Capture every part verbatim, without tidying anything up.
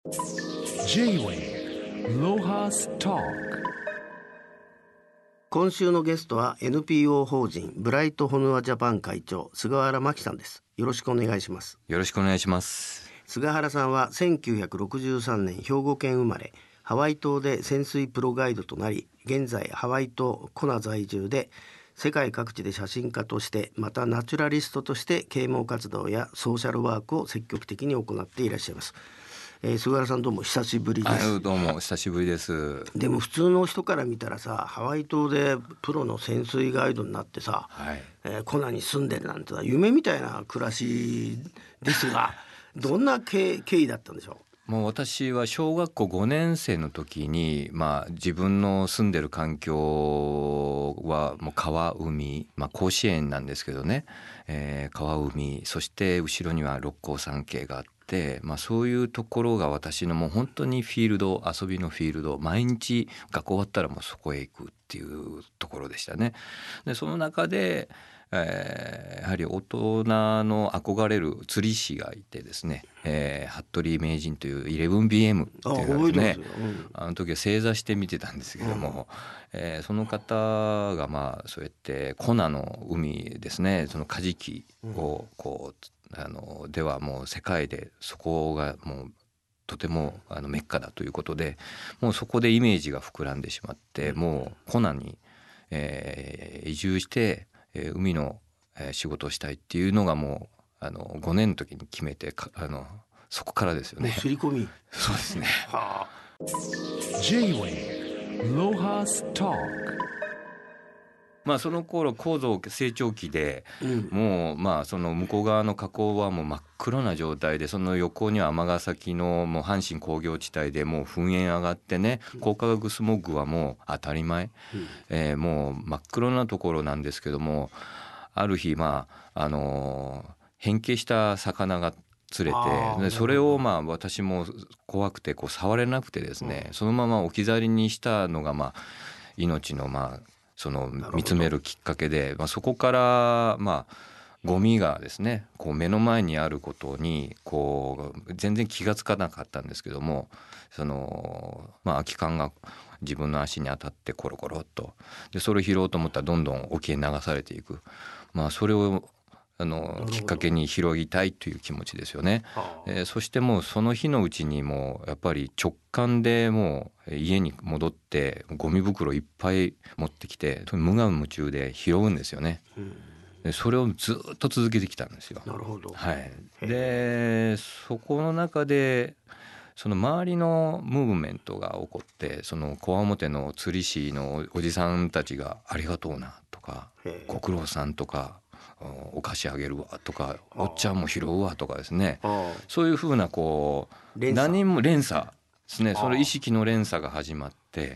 J-Wave ロハストーク。 今週のゲストは エヌピーオー 法人ブライトホヌアジャパン会長菅原真紀さんです。よろしくお願いします。 よろしくお願いします。 菅原さんはせんきゅうひゃくろくじゅうさんねん兵庫県生まれ、ハワイ島で潜水プロガイドとなり、現在ハワイ島コナ在住で世界各地で写真家として、またナチュラリストとして啓蒙活動やソーシャルワークを積極的に行っていらっしゃいます。えー、菅原さんどうも久しぶりです。 どうも久しぶりです。 でも普通の人から見たらさ、ハワイ島でプロの潜水ガイドになってさ、 はいえー、コナに住んでるなんてのは夢みたいな暮らしですがどんな経緯だったんでしょう。 もう私は小学校ごねん生の時に、まあ、自分の住んでる環境はもう川海、まあ、甲子園なんですけどね、えー、川海、そして後ろには六甲山系があって、まあ、そういうところが私のもう本当にフィールド、遊びのフィールド、毎日学校終わったらもうそこへ行くっていうところでしたね。でその中でえー、やはり大人の憧れる釣り師がいてですね、えー、服部名人という イレブンビーエム っていうのですね、あ、うん、あの時は正座して見てたんですけども、うん、えー、その方がまあそうやってコナの海ですね、そのカジキをこう、うん、あのではもう世界でそこがもうとてもあのメッカだということで、もうそこでイメージが膨らんでしまって、もうコナに、えー、移住してえー、海の、えー、仕事をしたいっていうのがもうあのごねんの時に決めて、あのそこからですよね。 もう刷り込み。 そうですね。はあ、 J-Wave ロハストーク。 まあその頃高度成長期で、 うん、 もうまあその向こう側の河口はもう真っ黒な状態で、その横には尼崎のもう阪神工業地帯でもう噴煙上がってね、光化学スモッグはもう当たり前、うん、えー、もう真っ黒なところなんですけども、ある日まああのー、変形した魚が釣れて、でそれをまあ私も怖くてこう触れなくてですね、うん、そのまま置き去りにしたのがまあ命のまあその見つめるきっかけで、まあ、そこからまあゴミがですねこう目の前にあることにこう全然気がつかなかったんですけども、そのまあ空き缶が自分の足に当たってコロコロっと、でそれを拾おうと思ったらどんどん沖へ流されていく、まあそれをあのきっかけに広げたいという気持ちですよね。えー、そしてもうその日のうちにもうやっぱり直感でもう家に戻ってゴミ袋いっぱい持ってきて無我夢中で拾うんですよね。うん、でそれをずっと続けてきたんですよ。 なるほど。 はい、でそこの中でその周りのムーブメントが起こって、そのこわもての釣り師のおじさんたちがありがとうなとかご苦労さんとかお菓子あげるわとかおっちゃんも拾うわとかですね、そういうふうなこう何人も連鎖ですね、その意識の連鎖が始まって、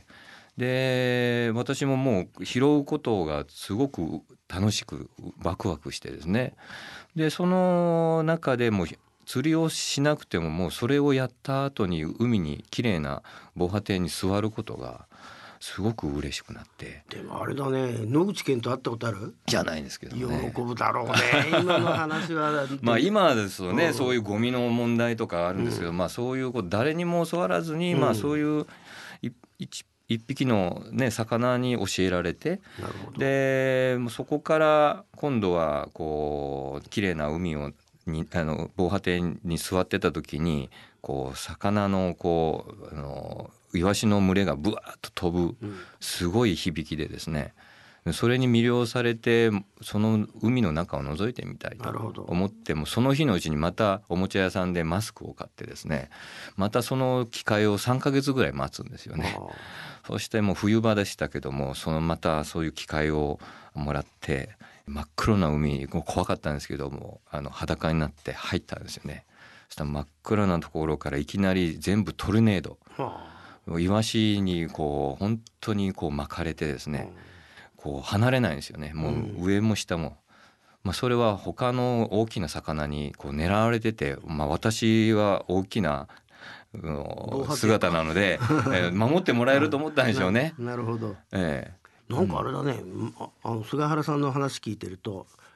で私ももう拾うことがすごく楽しくワクワクしてですね、でその中でも釣りをしなくてももうそれをやった後に海にきれいな防波堤に座ることがすごく嬉しくなって。 でもあれだね、野口健と会ったことある？ じゃないんですけどね。 喜ぶだろうね今の話はまあ今ですとね、うん、そういうゴミの問題とかあるんですけど、うん、まあそういうこと誰にも教わらずに、うん、まあそういう一一匹のね魚に教えられて、 なるほど。 でそこから今度はこう綺麗な海をにあの防波堤に座ってた時にこう魚のこうあのイワシの群れがブワーッと飛ぶすごい響きでですね、それに魅了されてその海の中を覗いてみたいと思って、もその日のうちにまたおもちゃ屋さんでマスクを買ってですね、またその機会をさんかげつぐらい待つんですよね。そしてもう冬場でしたけども、そのまたそういう機会をもらって真っ黒な海、怖かったんですけどもあの裸になって入ったんですよね。そしたら真っ暗なところからいきなり全部トルネード、イワシにこう本当にこう巻かれてですね、こう離れないんですよね。もう上も下も、まあ、それは他の大きな魚にこう狙われてて、まあ、私は大きな姿なので、えー、守ってもらえると思ったんでしょうね。 な, なるほど、 えー、 なんかあれだね、うん、あの菅原さんの話聞いてると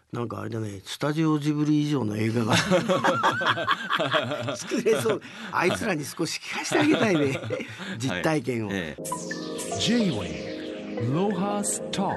なんかあれだね、スタジオジブリ以上の映画が作れそう。あいつらに少し聞かせてあげたいね実体験を、 はい、ええ、 J-Wave Lohas Talk。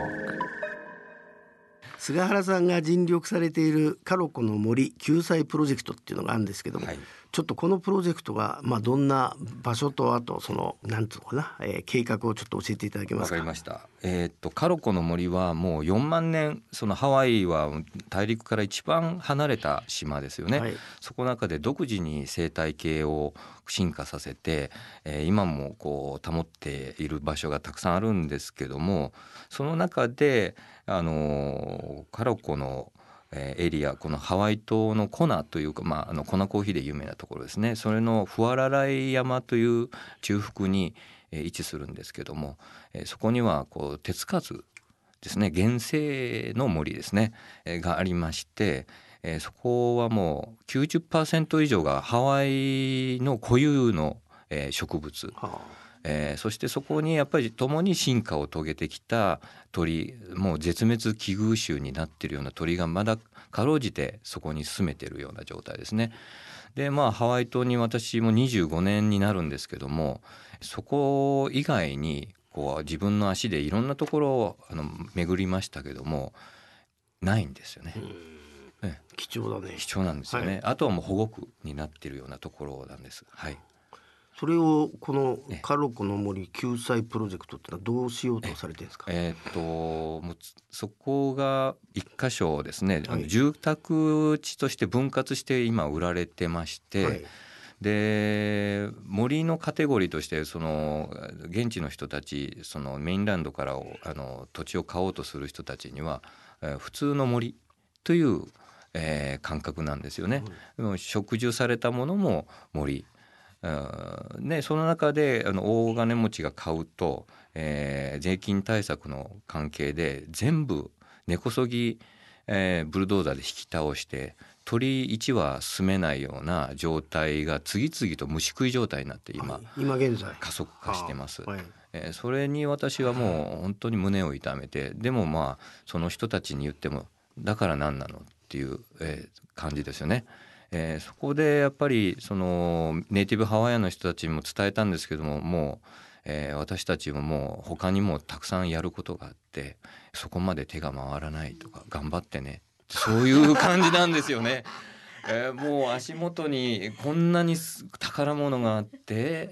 菅原さんが尽力されているカロコの森救済プロジェクトっていうのがあるんですけども、はい、ちょっとこのプロジェクトが、まあ、どんな場所とあとそのなんつうのかな、えー、計画をちょっと教えていただけますか。 わかりました。えー、っとカロコの森はもうよんまんねん、そのハワイは大陸から一番離れた島ですよね、はい、そこの中で独自に生態系を進化させて、えー、今もこう保っている場所がたくさんあるんですけども、その中であのカロコのエリア、このハワイ島のコナというか、まあ、あのコナコーヒーで有名なところですね、それのフアラライ山という中腹に位置するんですけども、そこにはこう手つかずですね、原生の森ですねがありまして、そこはもう きゅうじゅっパーセント 以上がハワイの固有の植物、はあ、えー、そしてそこにやっぱり共に進化を遂げてきた鳥、もう絶滅危惧種になっているような鳥がまだかろうじてそこに住めているような状態ですね。でまあハワイ島に私もにじゅうごねんになるんですけども、そこ以外にこう自分の足でいろんなところをあの巡りましたけどもないんですよね。 ね、貴重だね。 貴重なんですよね、はい、あとはもう保護区になっているようなところなんです。はい。 それをこのカロコの森救済プロジェクトってのはどうしようとされてるんですか。 えー、っともうそこが一箇所ですね、はい、住宅地として分割して今売られてまして、はい、で森のカテゴリーとしてその現地の人たち、そのメインランドからをあの土地を買おうとする人たちには、えー、普通の森という、えー、感覚なんですよね、うん、植樹されたものも森で、その中であの大金持ちが買うと、えー、税金対策の関係で全部根こそぎ、えー、ブルドーザーで引き倒して鳥いち羽住めないような状態が次々と虫食い状態になって今、はい、 今現在加速化してます、 はい、 えー、それに私はもう本当に胸を痛めて、でもまあその人たちに言ってもだから何なのっていう、えー、感じですよね。えー、そこでやっぱりそのネイティブハワイアンの人たちにも伝えたんですけども、もう、えー、私たちももう他にもたくさんやることがあってそこまで手が回らないとか頑張ってね、そういう感じなんですよね。えー、もう足元にこんなに宝物があって、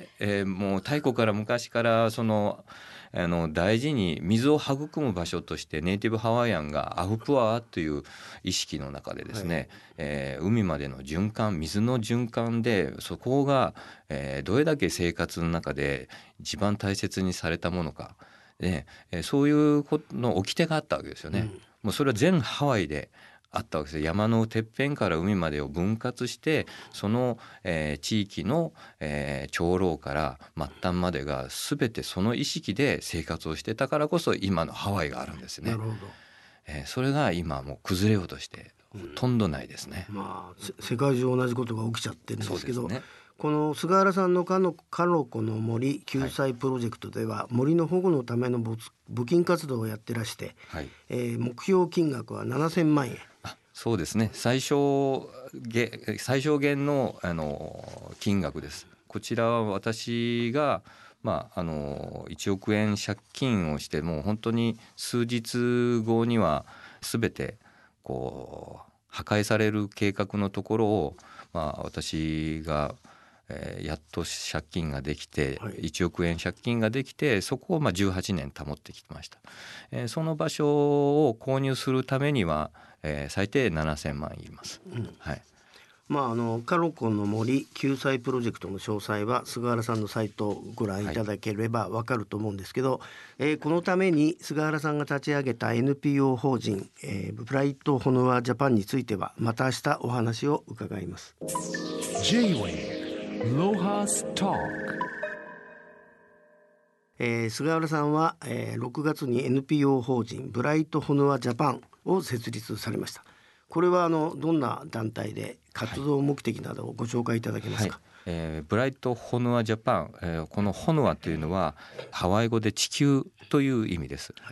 えー、もう太古から昔からそのあの大事に水を育む場所としてネイティブハワイアンがアフプアという意識の中でですね、はい、えー、海までの循環、水の循環でそこが、えー、どれだけ生活の中で一番大切にされたものか、ね、えー、そういうことの掟があったわけですよね、うん、もうそれは全ハワイであったわけです。山のてっぺんから海までを分割してその、えー、地域の、えー、長老から末端までが全てその意識で生活をしてたからこそ今のハワイがあるんですね。 なるほど、 えー、それが今もう崩れようとしてほとんどないですね、 うん、まあ世界中同じことが起きちゃってるんですけど、 そうですね、 この菅原さんのカロコの森救済プロジェクトでは、はい、森の保護のための募金活動をやってらして、はい、えー、目標金額はななせんまんえん。 あ、そうですね、最小限、最小限の、あの金額です。こちらは私が、まあ、あのいちおくえん借金をしてもう本当に数日後には全てこう破壊される計画のところを、まあ、私がえー、やっと借金ができて、はい、いちおくえん借金ができてそこをまあじゅうはちねん保ってきました、えー、その場所を購入するためには、えー、最低ななせんまんいります、うん、はい。 まあ、あのカロコの森救済プロジェクトの詳細は菅原さんのサイトをご覧いただければわかると思うんですけど、はい、えー、このために菅原さんが立ち上げた エヌピーオー 法人、えー、ブライトホノアジャパンについてはまた明日お話を伺います。 J-Wave Lohas Talk。 えー、菅原さんは、えー、ろくがつに エヌピーオー 法人ブライトホノアジャパンを設立されました。これはあのどんな団体で活動目的などをご紹介いただけますか。 はい、えー、ブライトホノアジャパン、えー、このホノアというのはハワイ語で地球という意味です。はい、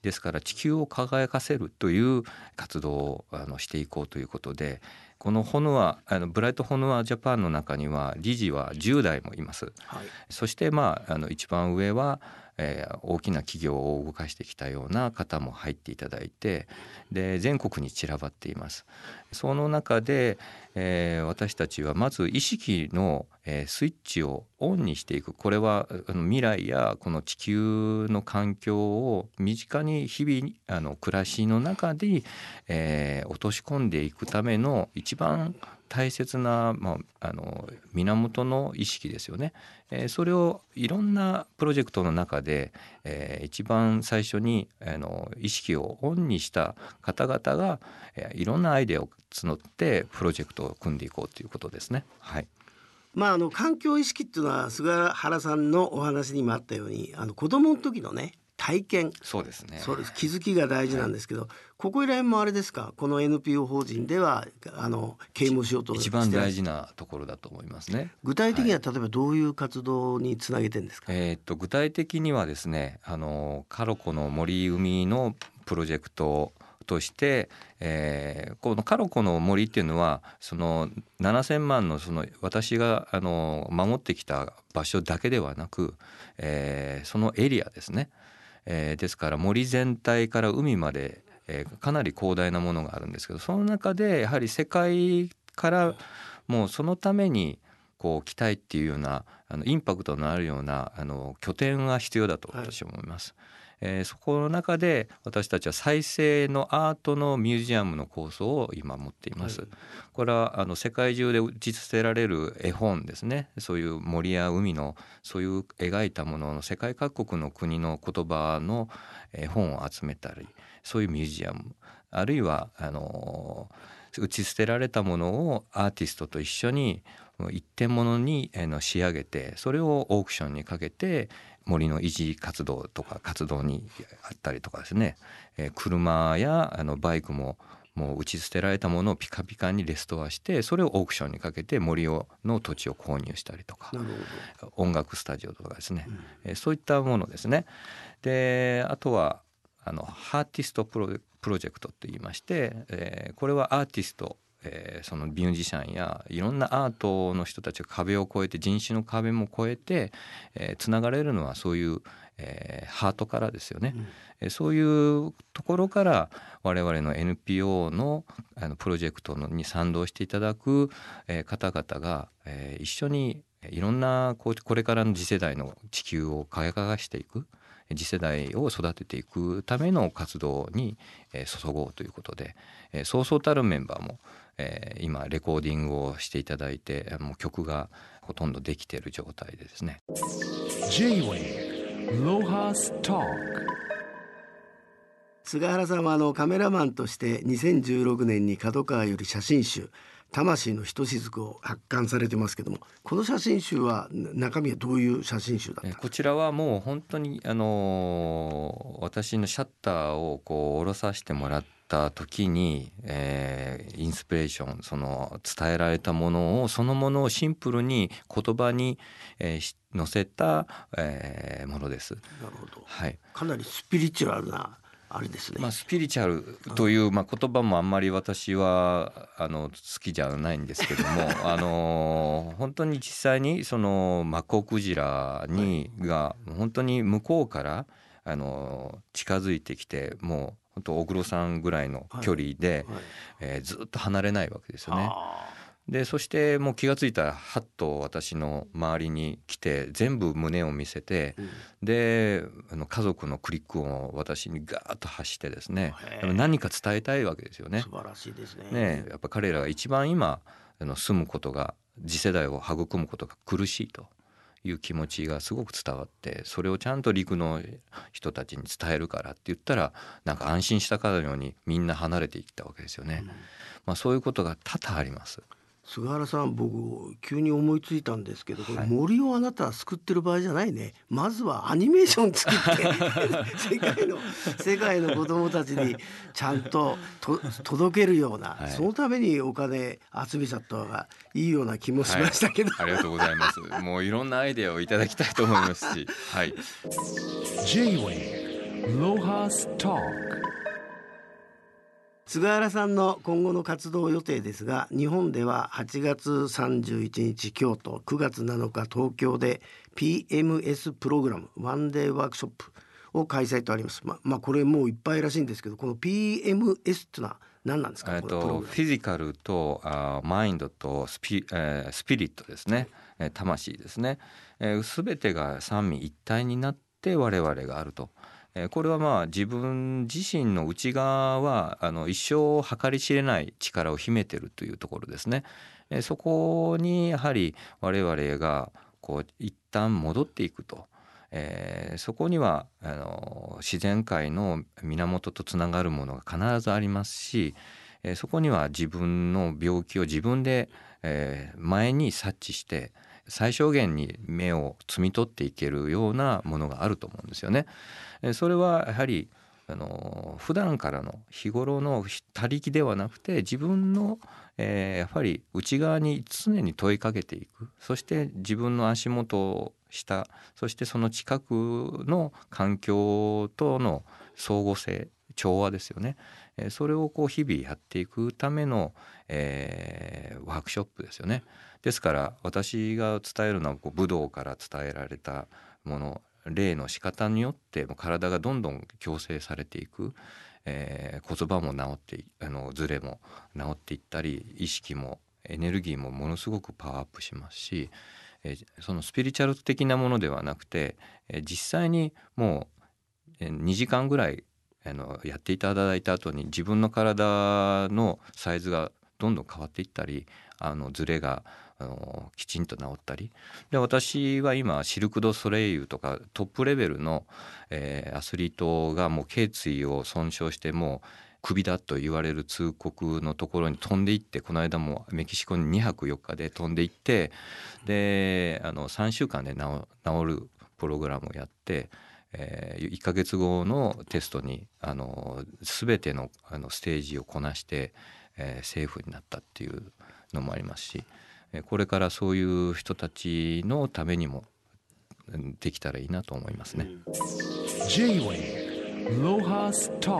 ですから地球を輝かせるという活動をあのしていこうということで、このホヌアあのブライトホヌアジャパンの中には理事はじゅうだいもいます、はい、そして、まあ、あの一番上は、えー、大きな企業を動かしてきたような方も入っていただいて、で全国に散らばっています。その中で、えー、私たちはまず意識の、えー、スイッチをオンにしていく。これはあの未来やこの地球の環境を身近に日々あの暮らしの中で、えー、落とし込んでいくための一番大切な、まあ、あの源の意識ですよね、えー、それをいろんなプロジェクトの中で、えー、一番最初にあの意識をオンにした方々が、えー、いろんなアイデアを募ってプロジェクトを組んでいこうということですね。はい。 まあ、あの環境意識っていうのは菅原さんのお話にもあったように、あの子どもの時のね体験、 そうですね、 そうです、気づきが大事なんですけど、はい、ここいら辺もあれですか、この エヌピーオー 法人ではあの啓蒙しようとして一番大事なところだと思いますね。 具体的には例えばどういう活動につなげてるんですか。 はい、えー、っと具体的にはですね、あのカロコの森海のプロジェクトとして、えー、このカロコの森っていうのはそのななせんまんのその私があの守ってきた場所だけではなく、えー、そのエリアですね、えー、ですから森全体から海まで、えー、かなり広大なものがあるんですけど、その中でやはり世界からもうそのためにこう来たいっていうようなあのインパクトのあるようなあの拠点が必要だと私は思います。はい、えー、そこの中で私たちは再生のアートのミュージアムの構想を今持っています。はい、これはあの世界中で打ち捨てられる絵本ですね、そういう森や海のそういう描いたものの世界各国の国の言葉の絵本を集めたり、そういうミュージアム、あるいはあの打ち捨てられたものをアーティストと一緒に一点物に仕上げて、それをオークションにかけて森の維持活動とか活動にあったりとかですね、えー、車やあのバイクももう打ち捨てられたものをピカピカにレストアして、それをオークションにかけて森をの土地を購入したりとか、音楽スタジオとかですね、うん、えー、そういったものですね。であとはあのハーティストプロ、プロジェクトといいまして、えー、これはアーティスト、えー、そのミュージシャンやいろんなアートの人たちが壁を越えて、人種の壁も越えて、えー、つながれるのはそういう、えー、ハートからですよね、うん、えー、そういうところから我々の エヌピーオー の, あのプロジェクトに賛同していただく、えー、方々が、えー、一緒にいろんなこうこれからの次世代の地球を輝かしていく、次世代を育てていくための活動に、えー、注ごうということで、えー、そうそうたるメンバーも、えー、今レコーディングをしていただいて、もう曲がほとんどできている状態でですね。 J-Wave ロハストーク。 菅原さんはあのカメラマンとしてにせんじゅうろくねんに角川より写真集魂のひとしずくを発刊されてますけども、この写真集は中身はどういう写真集だったんですか。 こちらはもう本当にあの私のシャッターをこう下ろさせてもらった時に、えー、インスピレーション、その伝えられたものをそのものをシンプルに言葉に、えー、載せた、えー、ものです。 なるほど、 はい、 かなりスピリチュアルなあれですね。 まあ、スピリチュアルという、まあ、言葉もあんまり私はあの好きじゃないんですけどもあの本当に実際にそのマッコウクジラにが本当に向こうからあの近づいてきて、もう本当大黒さんぐらいの距離で、はいはい、えー、ずっと離れないわけですよね。でそしてもう気がついたらハッと私の周りに来て全部胸を見せて、うん、であの家族のクリック音を私にガーッと発してですね、でも何か伝えたいわけですよね。 素晴らしいです ね, ねやっぱ彼らが一番今あの住むことが、次世代を育むことが苦しいという気持ちがすごく伝わって、それをちゃんと陸の人たちに伝えるからって言ったら、なんか安心したかのようにみんな離れていったわけですよね、うん、まあ、そういうことが多々あります。 菅原さん、僕急に思いついたんですけど、これ森をあなたは救ってる場合じゃないね。まずはアニメーション作って世界の世界の子どもたちにちゃんとと届けるような、はい、そのためにお金集めちゃった方がいいような気もしましたけど、 はい、ありがとうございますもういろんなアイデアをいただきたいと思いますし、はい、 J-Wave Lohas Talk。 菅原さんの今後の活動予定ですが、日本でははちがつさんじゅういちにち京都、くがつなのか東京で ピーエムエス プログラムワンデーワークショップを開催とあります。ま、まあこれもういっぱいらしいんですけど、この ピーエムエス ってのは何なんですか？ えっこのプログラム。 とフィジカルとあマインドとスピ、えー、スピリットですね、えー魂ですね、えー、全てが三位一体になって我々があると。これはまあ自分自身の内側はあの一生計り知れない力を秘めているというところですね。そこにやはり我々がこう一旦戻っていくと、えー、そこにはあの自然界の源とつながるものが必ずありますし、そこには自分の病気を自分で、えー、前に察知して最小限に目を摘み取っていけるようなものがあると思うんですよね。それはやはりあの普段からの日頃の他力ではなくて自分の、えー、やっぱり内側に常に問いかけていく。そして自分の足元下、そしてその近くの環境との相互性、調和ですよね。それをこう日々やっていくための、えー、ワークショップですよね。ですから私が伝えるのはこう武道から伝えられたもの、霊の仕方によって体がどんどん矯正されていく、えー、言葉も治ってあのズレも治っていったり、意識もエネルギーもものすごくパワーアップしますし、えー、そのスピリチュアル的なものではなくて、えー、実際にもうにじかんぐらいあのやっていただいた後に自分の体のサイズがどんどん変わっていったり、あのズレがあのきちんと治ったりで、私は今シルク・ドゥ・ソレイユとかトップレベルの、えー、アスリートがもう頸椎を損傷してもう首だと言われる通告のところに飛んでいって、この間もメキシコににはくよっかで飛んでいって、であのさんしゅうかんで治るプログラムをやって、えー、いっかげつごのテストにあの全て の, あのステージをこなして、えー、セーフになったっていうのもありますし、これからそういう人たちのためにもできたらいいなと思いますね。 J-Way Lohas Talk。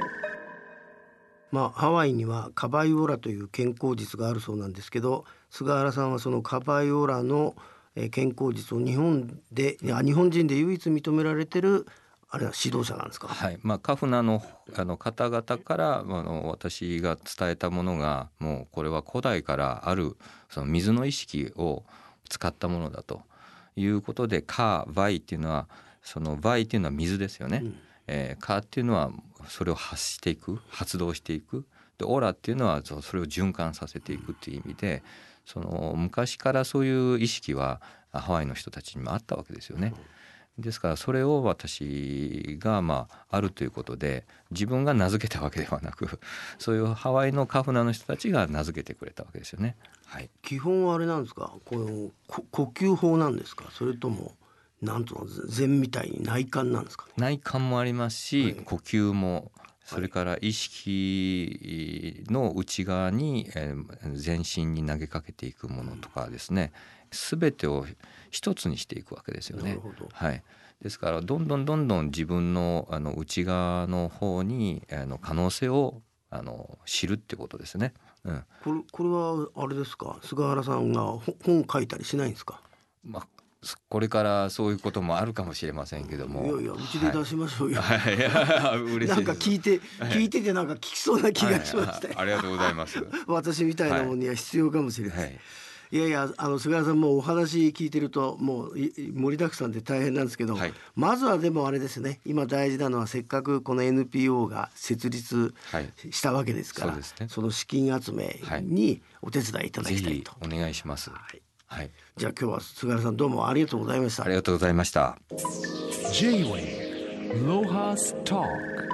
まあ、ハワイにはカバイオラという健康術があるそうなんですけど、菅原さんはそのカバイオラの健康術を日本でいや日本人で唯一認められてるあれは指導者なんですか？ はい、まあ、カフナ の, あの方々からあの私が伝えたものが、もうこれは古代からあるその水の意識を使ったものだということで、カー・バイっていうのはそのバイっていうのは水ですよね、うんえー、カーっていうのはそれを発していく、発動していく、でオラっていうのはそれを循環させていくっていう意味で、その昔からそういう意識はハワイの人たちにもあったわけですよね。ですからそれを私がまああるということで、自分が名付けたわけではなく、そういうハワイのカフナの人たちが名付けてくれたわけですよね。はい、 基本はあれなんですか、この呼吸法なんですか、それともなんとの禅みたいに内観なんですかね？ 内観もありますし、はい、呼吸も、それから意識の内側に、えー、全身に投げかけていくものとかですね、すべてを一つにしていくわけですよね。 なるほど。 はい、ですからどんどんどんどん自分 の, あの内側の方にあの可能性をあの知るってことですね。うん、 これ、これはあれですか、菅原さんが本書いたりしないんですか？ まあこれからそういうこともあるかもしれませんけども、 いやいやうちで出しましょうよ、 はいはい、嬉しいです。 なんか聞いて聞いててなんか聞きそうな気がしました、 はいはい、ありがとうございます私みたいなものには必要かもしれない、はい、いやいや、あの菅原さんもお話聞いてるともう盛りだくさんで大変なんですけど、はい、まずはでもあれですね、今大事なのはせっかくこの エヌピーオー が設立したわけですから、はい、 そ, ね、その資金集めにお手伝いいただきたいと、 はい、ぜひお願いします、はいはい、じゃあ今日は菅原さんどうもありがとうございました。 ありがとうございました。 J-Way Lohas Talk。